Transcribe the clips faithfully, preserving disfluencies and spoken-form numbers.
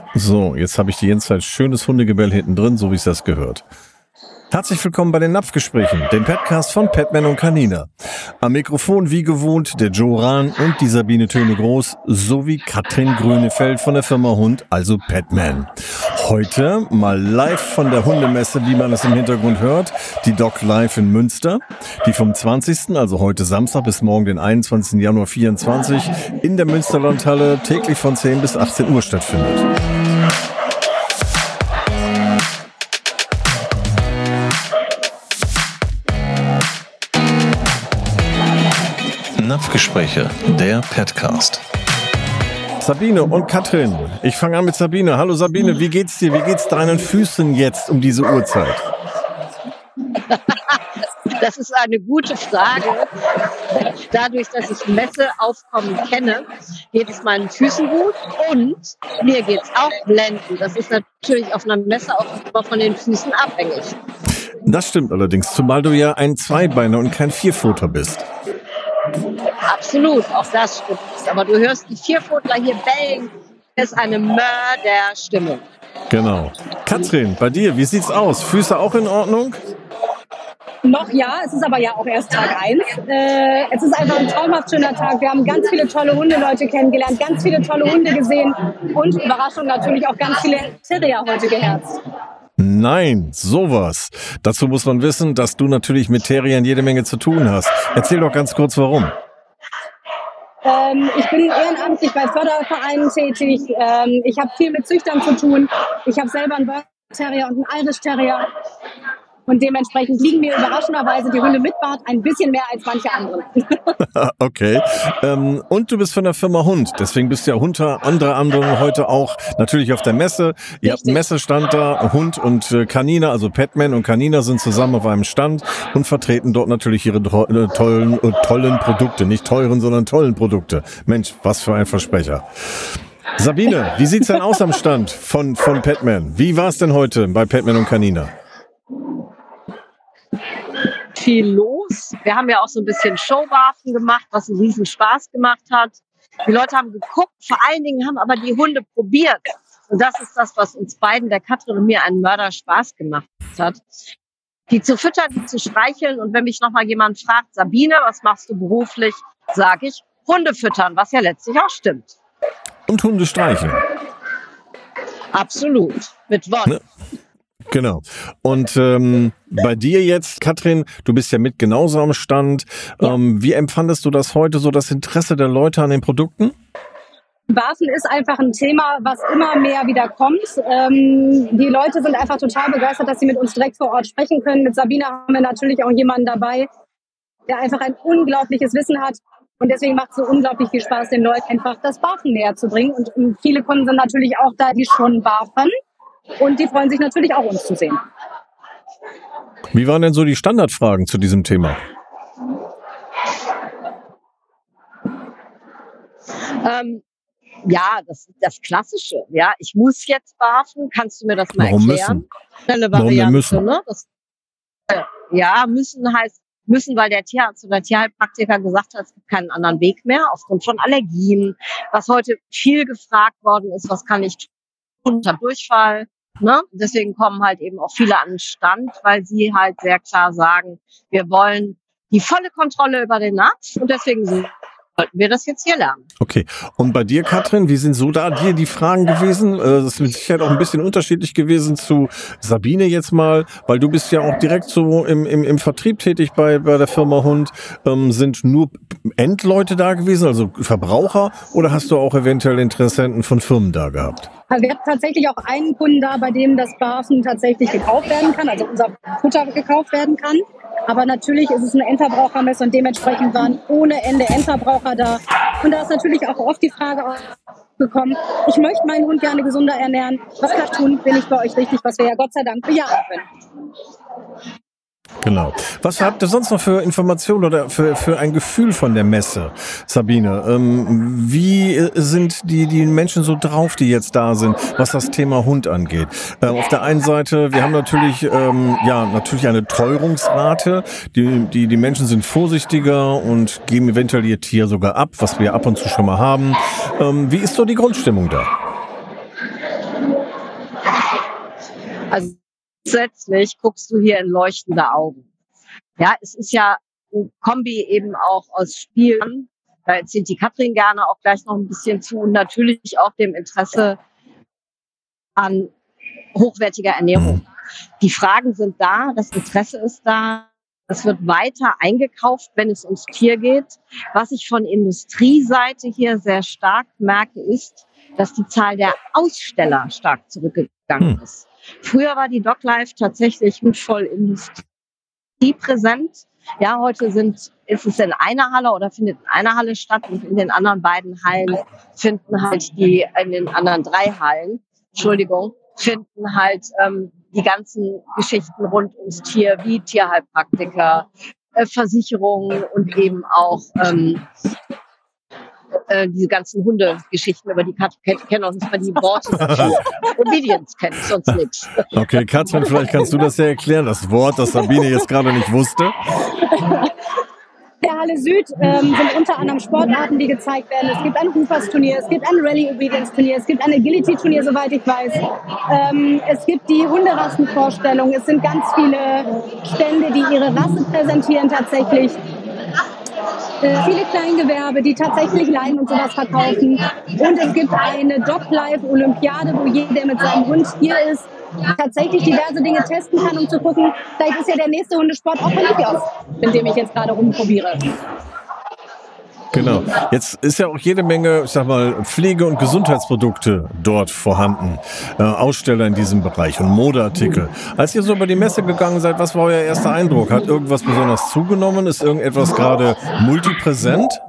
So, jetzt habe ich die ganze Zeit schönes Hundegebell hinten drin, so wie es das gehört. Herzlich willkommen bei den Napfgesprächen, dem Podcast von Petman und Canina. Am Mikrofon wie gewohnt der Joe Rahn und die Sabine Töne-Groß sowie Katrin Grönefeld von der Firma Hund, also Petman. Heute mal live von der Hundemesse, wie man es im Hintergrund hört, die Dog Live in Münster, die vom zwanzigsten, also heute Samstag bis morgen den einundzwanzigsten Januar vierundzwanzig in der Münsterlandhalle täglich von zehn bis achtzehn Uhr stattfindet. Napfgespräche, der Petcast. Sabine und Katrin, ich fange an mit Sabine. Hallo Sabine, wie geht's dir? Wie geht's deinen Füßen jetzt um diese Uhrzeit? Das ist eine gute Frage. Dadurch, dass ich Messeaufkommen kenne, geht es meinen Füßen gut und mir geht es auch blendend. Das ist natürlich auf einer Messe auch immer von den Füßen abhängig. Das stimmt allerdings, zumal du ja ein Zweibeiner und kein Vierpfoter bist. Absolut, auch das stimmt. Aber du hörst die Vierpfotler hier bellen. Das ist eine Mörderstimmung. Genau. Katrin, bei dir, wie sieht's aus? Füße auch in Ordnung? Noch ja, es ist aber ja auch erst Tag eins. Äh, es ist einfach ein traumhaft schöner Tag. Wir haben ganz viele tolle Hundeleute kennengelernt, ganz viele tolle Hunde gesehen und Überraschung natürlich auch ganz viele Terrier heute geherzt. Nein, sowas. Dazu muss man wissen, dass du natürlich mit Terriern jede Menge zu tun hast. Erzähl doch ganz kurz, warum. Ähm, ich bin ehrenamtlich bei Fördervereinen tätig. Ähm, ich habe viel mit Züchtern zu tun. Ich habe selber einen Border Terrier und einen Irish Terrier. Und dementsprechend liegen mir überraschenderweise die Hunde mit Bart ein bisschen mehr als manche andere. Okay. Ähm, und du bist von der Firma Hund. Deswegen bist du ja unter andere anderen heute auch natürlich auf der Messe. Ihr habt einen Messestand da. Hund und äh, Canina, also Petman und Canina sind zusammen auf einem Stand und vertreten dort natürlich ihre äh, tollen, äh, tollen Produkte. Nicht teuren, sondern tollen Produkte. Mensch, was für ein Versprecher. Sabine, wie sieht's denn aus am Stand von, von Petman? Wie war es denn heute bei Petman und Canina? Viel los. Wir haben ja auch so ein bisschen Showwaffen gemacht, was einen riesen Spaß gemacht hat. Die Leute haben geguckt, vor allen Dingen haben aber die Hunde probiert. Und das ist das, was uns beiden, der Katrin und mir, einen Mörderspaß gemacht hat. Die zu füttern, die zu streicheln. Und wenn mich nochmal jemand fragt, Sabine, was machst du beruflich, sage ich, Hunde füttern, was ja letztlich auch stimmt. Und Hunde streicheln. Absolut. Mit Wonne. Ne? Genau. Und ähm, bei dir jetzt, Katrin, du bist ja mit genauso am Stand. Ja. Ähm, wie empfandest du das heute, so das Interesse der Leute an den Produkten? Barfen ist einfach ein Thema, was immer mehr wieder kommt. Ähm, die Leute sind einfach total begeistert, dass sie mit uns direkt vor Ort sprechen können. Mit Sabine haben wir natürlich auch jemanden dabei, der einfach ein unglaubliches Wissen hat. Und deswegen macht es so unglaublich viel Spaß, den Leuten einfach das Barfen näher zu bringen. Und, und viele Kunden sind natürlich auch da, die schon barfen. Und die freuen sich natürlich auch, uns zu sehen. Wie waren denn so die Standardfragen zu diesem Thema? Ähm, ja, das das Klassische. Ja, ich muss jetzt barfen. Kannst du mir das mal Warum erklären? Müssen? Schnelle Warum Variante, müssen? ne? Das, ja, müssen heißt müssen, weil der Tierarzt oder Tierheilpraktiker gesagt hat, es gibt keinen anderen Weg mehr aufgrund von Allergien. Was heute viel gefragt worden ist, was kann ich tun unter Durchfall? Ne? Deswegen kommen halt eben auch viele an den Stand, weil sie halt sehr klar sagen, wir wollen die volle Kontrolle über den Napf und deswegen sollten wir das jetzt hier lernen. Okay. Und bei dir, Katrin, wie sind so da dir die Fragen gewesen? Das ist mit Sicherheit auch ein bisschen unterschiedlich gewesen zu Sabine jetzt mal, weil du bist ja auch direkt so im, im, im Vertrieb tätig bei, bei der Firma Hund. Ähm, sind nur Endleute da gewesen, also Verbraucher, oder hast du auch eventuell Interessenten von Firmen da gehabt? Also wir hatten tatsächlich auch einen Kunden da, bei dem das Barfen tatsächlich gekauft werden kann, also unser Futter gekauft werden kann. Aber natürlich ist es eine Endverbrauchermesse und dementsprechend waren ohne Ende Endverbraucher da. Und da ist natürlich auch oft die Frage aufgekommen, ich möchte meinen Hund gerne gesunder ernähren. Was kann ich tun, bin ich bei euch richtig, was wir ja Gott sei Dank bejahen können. Genau. Was habt ihr sonst noch für Informationen oder für, für ein Gefühl von der Messe, Sabine? Ähm, wie sind die, die Menschen so drauf, die jetzt da sind, was das Thema Hund angeht? Ähm, auf der einen Seite, wir haben natürlich, ähm, ja, natürlich eine Teuerungsrate. Die, die, die Menschen sind vorsichtiger und geben eventuell ihr Tier sogar ab, was wir ab und zu schon mal haben. Ähm, wie ist so die Grundstimmung da? Also zusätzlich guckst du hier in leuchtende Augen. Ja, es ist ja ein Kombi eben auch aus Spielen. Da erzählt die Katrin gerne auch gleich noch ein bisschen zu und natürlich auch dem Interesse an hochwertiger Ernährung. Die Fragen sind da, das Interesse ist da. Es wird weiter eingekauft, wenn es ums Tier geht. Was ich von Industrieseite hier sehr stark merke, ist, dass die Zahl der Aussteller stark zurückgegangen Hm. ist. Früher war die DocLife tatsächlich voll industriepräsent. Ja, heute sind, ist es in einer Halle oder findet in einer Halle statt und in den anderen beiden Hallen finden halt die, in den anderen drei Hallen, Entschuldigung, finden halt ähm, die ganzen Geschichten rund ums Tier, wie Tierheilpraktiker, äh, Versicherungen und eben auch ähm, äh, diese ganzen Hundegeschichten, über die Katrin kennt auch nicht mal die Worte dazu. Obedience kennt sonst nichts. Okay, Katrin, vielleicht kannst du das ja erklären, das Wort, das Sabine jetzt gerade nicht wusste. Der Halle Süd ähm, sind unter anderem Sportarten, die gezeigt werden. Es gibt ein Hoopers-Turnier, es gibt ein Rally-Obedience-Turnier, es gibt ein Agility-Turnier, soweit ich weiß. Ähm, es gibt die Hunderassenvorstellung. Es sind ganz viele Stände, die ihre Rasse präsentieren tatsächlich. Äh, viele Kleingewerbe, die tatsächlich Leinen und sowas verkaufen. Und es gibt eine DocLife-Olympiade, wo jeder, der mit seinem Hund hier ist, tatsächlich diverse Dinge testen kann, um zu gucken, vielleicht ist ja der nächste Hundesport auch von Olympios, in dem ich jetzt gerade rumprobiere. Genau. Jetzt ist ja auch jede Menge, ich sag mal, Pflege- und Gesundheitsprodukte dort vorhanden. Äh, Aussteller in diesem Bereich und Modeartikel. Als ihr so über die Messe gegangen seid, was war euer erster Eindruck? Hat irgendwas besonders zugenommen? Ist irgendetwas gerade multipräsent?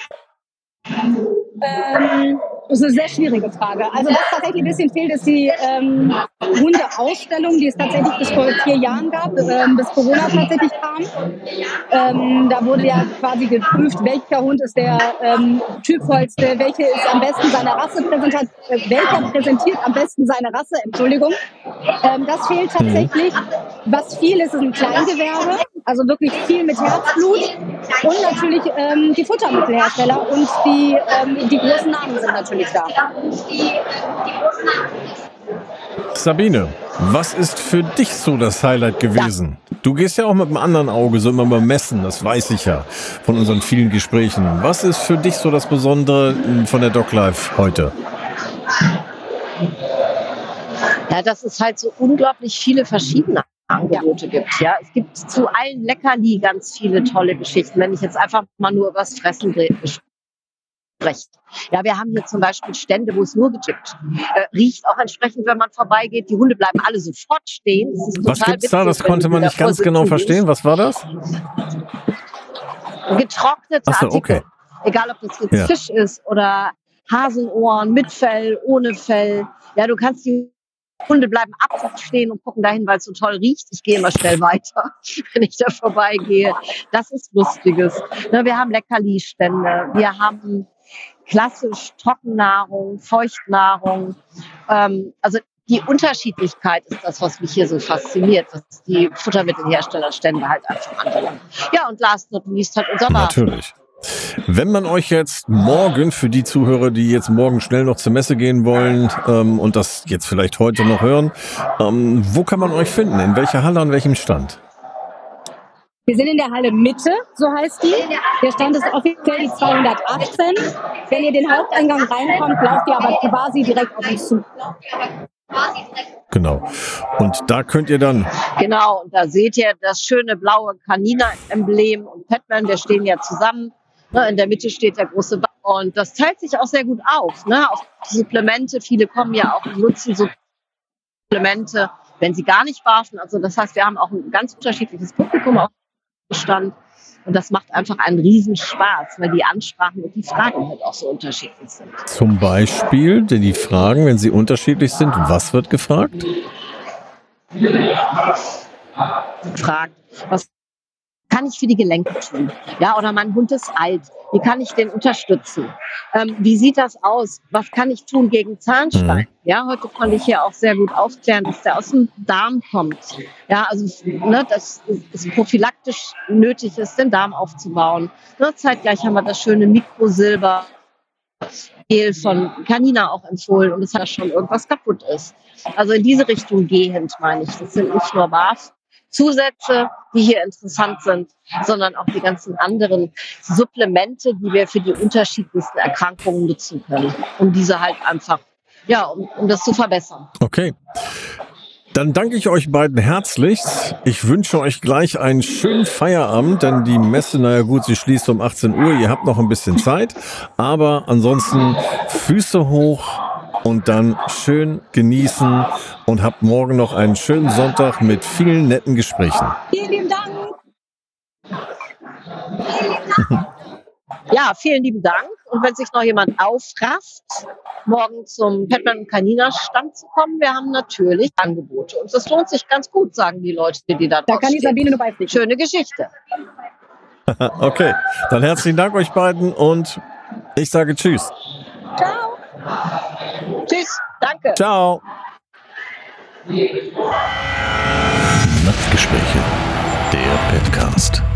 Ähm, das ist eine sehr schwierige Frage. Also was tatsächlich ein bisschen fehlt, ist die ähm, Hundeausstellung, die es tatsächlich bis vor vier Jahren gab, ähm, bis Corona tatsächlich kam. Ähm, da wurde ja quasi geprüft, welcher Hund ist der ähm, typvollste, welche ist am besten seine Rasse präsentiert, äh, welcher präsentiert am besten seine Rasse, Entschuldigung. Ähm, das fehlt tatsächlich. Was viel ist, ist ein Kleingewerbe, also wirklich viel mit Herzblut und natürlich ähm, die Futtermittelhersteller und die, ähm, die großen Namen sind natürlich da. Sabine, was ist für dich so das Highlight gewesen? Du gehst ja auch mit einem anderen Auge so immer beim Messen, das weiß ich ja von unseren vielen Gesprächen. Was ist für dich so das Besondere von der DocLife heute? Ja, dass es halt so unglaublich viele verschiedene Angebote gibt. Ja, es gibt zu allen Leckerli ganz viele tolle Geschichten. Wenn ich jetzt einfach mal nur über das Fressen spreche. Ja, wir haben hier zum Beispiel Stände, wo es nur gibt. Äh, riecht auch entsprechend, wenn man vorbeigeht. Die Hunde bleiben alle sofort stehen. Das ist Was total gibt's da? witzig, Das wenn konnte du man nicht davor ganz genau sitzen verstehen. siehst. Was war das? Getrocknete Ach so, Artikel. okay. Egal, ob das jetzt Ja. Fisch ist oder Hasenohren mit Fell, ohne Fell. Ja, du kannst die Hunde bleiben ab stehen und gucken dahin, weil es so toll riecht. Ich gehe immer schnell weiter, wenn ich da vorbeigehe. Das ist Lustiges. Ne, wir haben Leckerli-Stände. Wir haben klassisch Trockennahrung, Feuchtnahrung. Ähm, also die Unterschiedlichkeit ist das, was mich hier so fasziniert, was die Futtermittelherstellerstände halt einfach anbelangt. Ja, und last not least halt unser Bar. Natürlich. Wenn man euch jetzt morgen, für die Zuhörer, die jetzt morgen schnell noch zur Messe gehen wollen ähm, und das jetzt vielleicht heute noch hören, ähm, wo kann man euch finden? In welcher Halle, an welchem Stand? Wir sind in der Halle Mitte, so heißt die. Der Stand ist offiziell die zweihundertachtzehn. Wenn ihr den Haupteingang reinkommt, lauft ihr aber quasi direkt auf uns zu. Genau. Und da könnt ihr dann... Genau, und da seht ihr das schöne blaue Canina-Emblem und Petman, wir stehen ja zusammen. Ne, in der Mitte steht der große Ball und das teilt sich auch sehr gut auf. Ne? Auf Supplemente, viele kommen ja auch und nutzen Supplemente, wenn sie gar nicht barfen. Also das heißt, wir haben auch ein ganz unterschiedliches Publikum auf dem Stand. Und das macht einfach einen Riesenspaß, weil die Ansprachen und die Fragen halt auch so unterschiedlich sind. Zum Beispiel, denn die Fragen, wenn sie unterschiedlich sind, was wird gefragt? Fragt, was kann ich für die Gelenke tun? Ja, oder mein Hund ist alt. Wie kann ich den unterstützen? Ähm, wie sieht das aus? Was kann ich tun gegen Zahnstein? Mhm. Ja, heute konnte ich hier auch sehr gut aufklären, dass der aus dem Darm kommt. Ja, also, ne, dass es prophylaktisch nötig ist, den Darm aufzubauen. Ne, zeitgleich haben wir das schöne Mikrosilber Gel von Canina auch empfohlen und es hat schon irgendwas kaputt ist. Also in diese Richtung gehend, meine ich. Das sind nicht nur B A F-Zusätze, die hier interessant sind, sondern auch die ganzen anderen Supplemente, die wir für die unterschiedlichsten Erkrankungen nutzen können, um diese halt einfach, ja, um, um das zu verbessern. Okay. Dann danke ich euch beiden herzlichst. Ich wünsche euch gleich einen schönen Feierabend, denn die Messe, naja gut, sie schließt um achtzehn Uhr. Ihr habt noch ein bisschen Zeit. Aber ansonsten Füße hoch und dann schön genießen und habt morgen noch einen schönen Sonntag mit vielen netten Gesprächen. Vielen lieben Dank. Ja, vielen lieben Dank. Und wenn sich noch jemand aufrafft, morgen zum Petman und Canina Stand zu kommen, wir haben natürlich Angebote. Und das lohnt sich ganz gut, sagen die Leute, die da Da drauf kann die stehen. Sabine nur beipflichten. Schöne Geschichte. Okay, dann herzlichen Dank euch beiden und ich sage Tschüss. Ciao. Tschüss, danke. Ciao. Napfgespräche, der Podcast.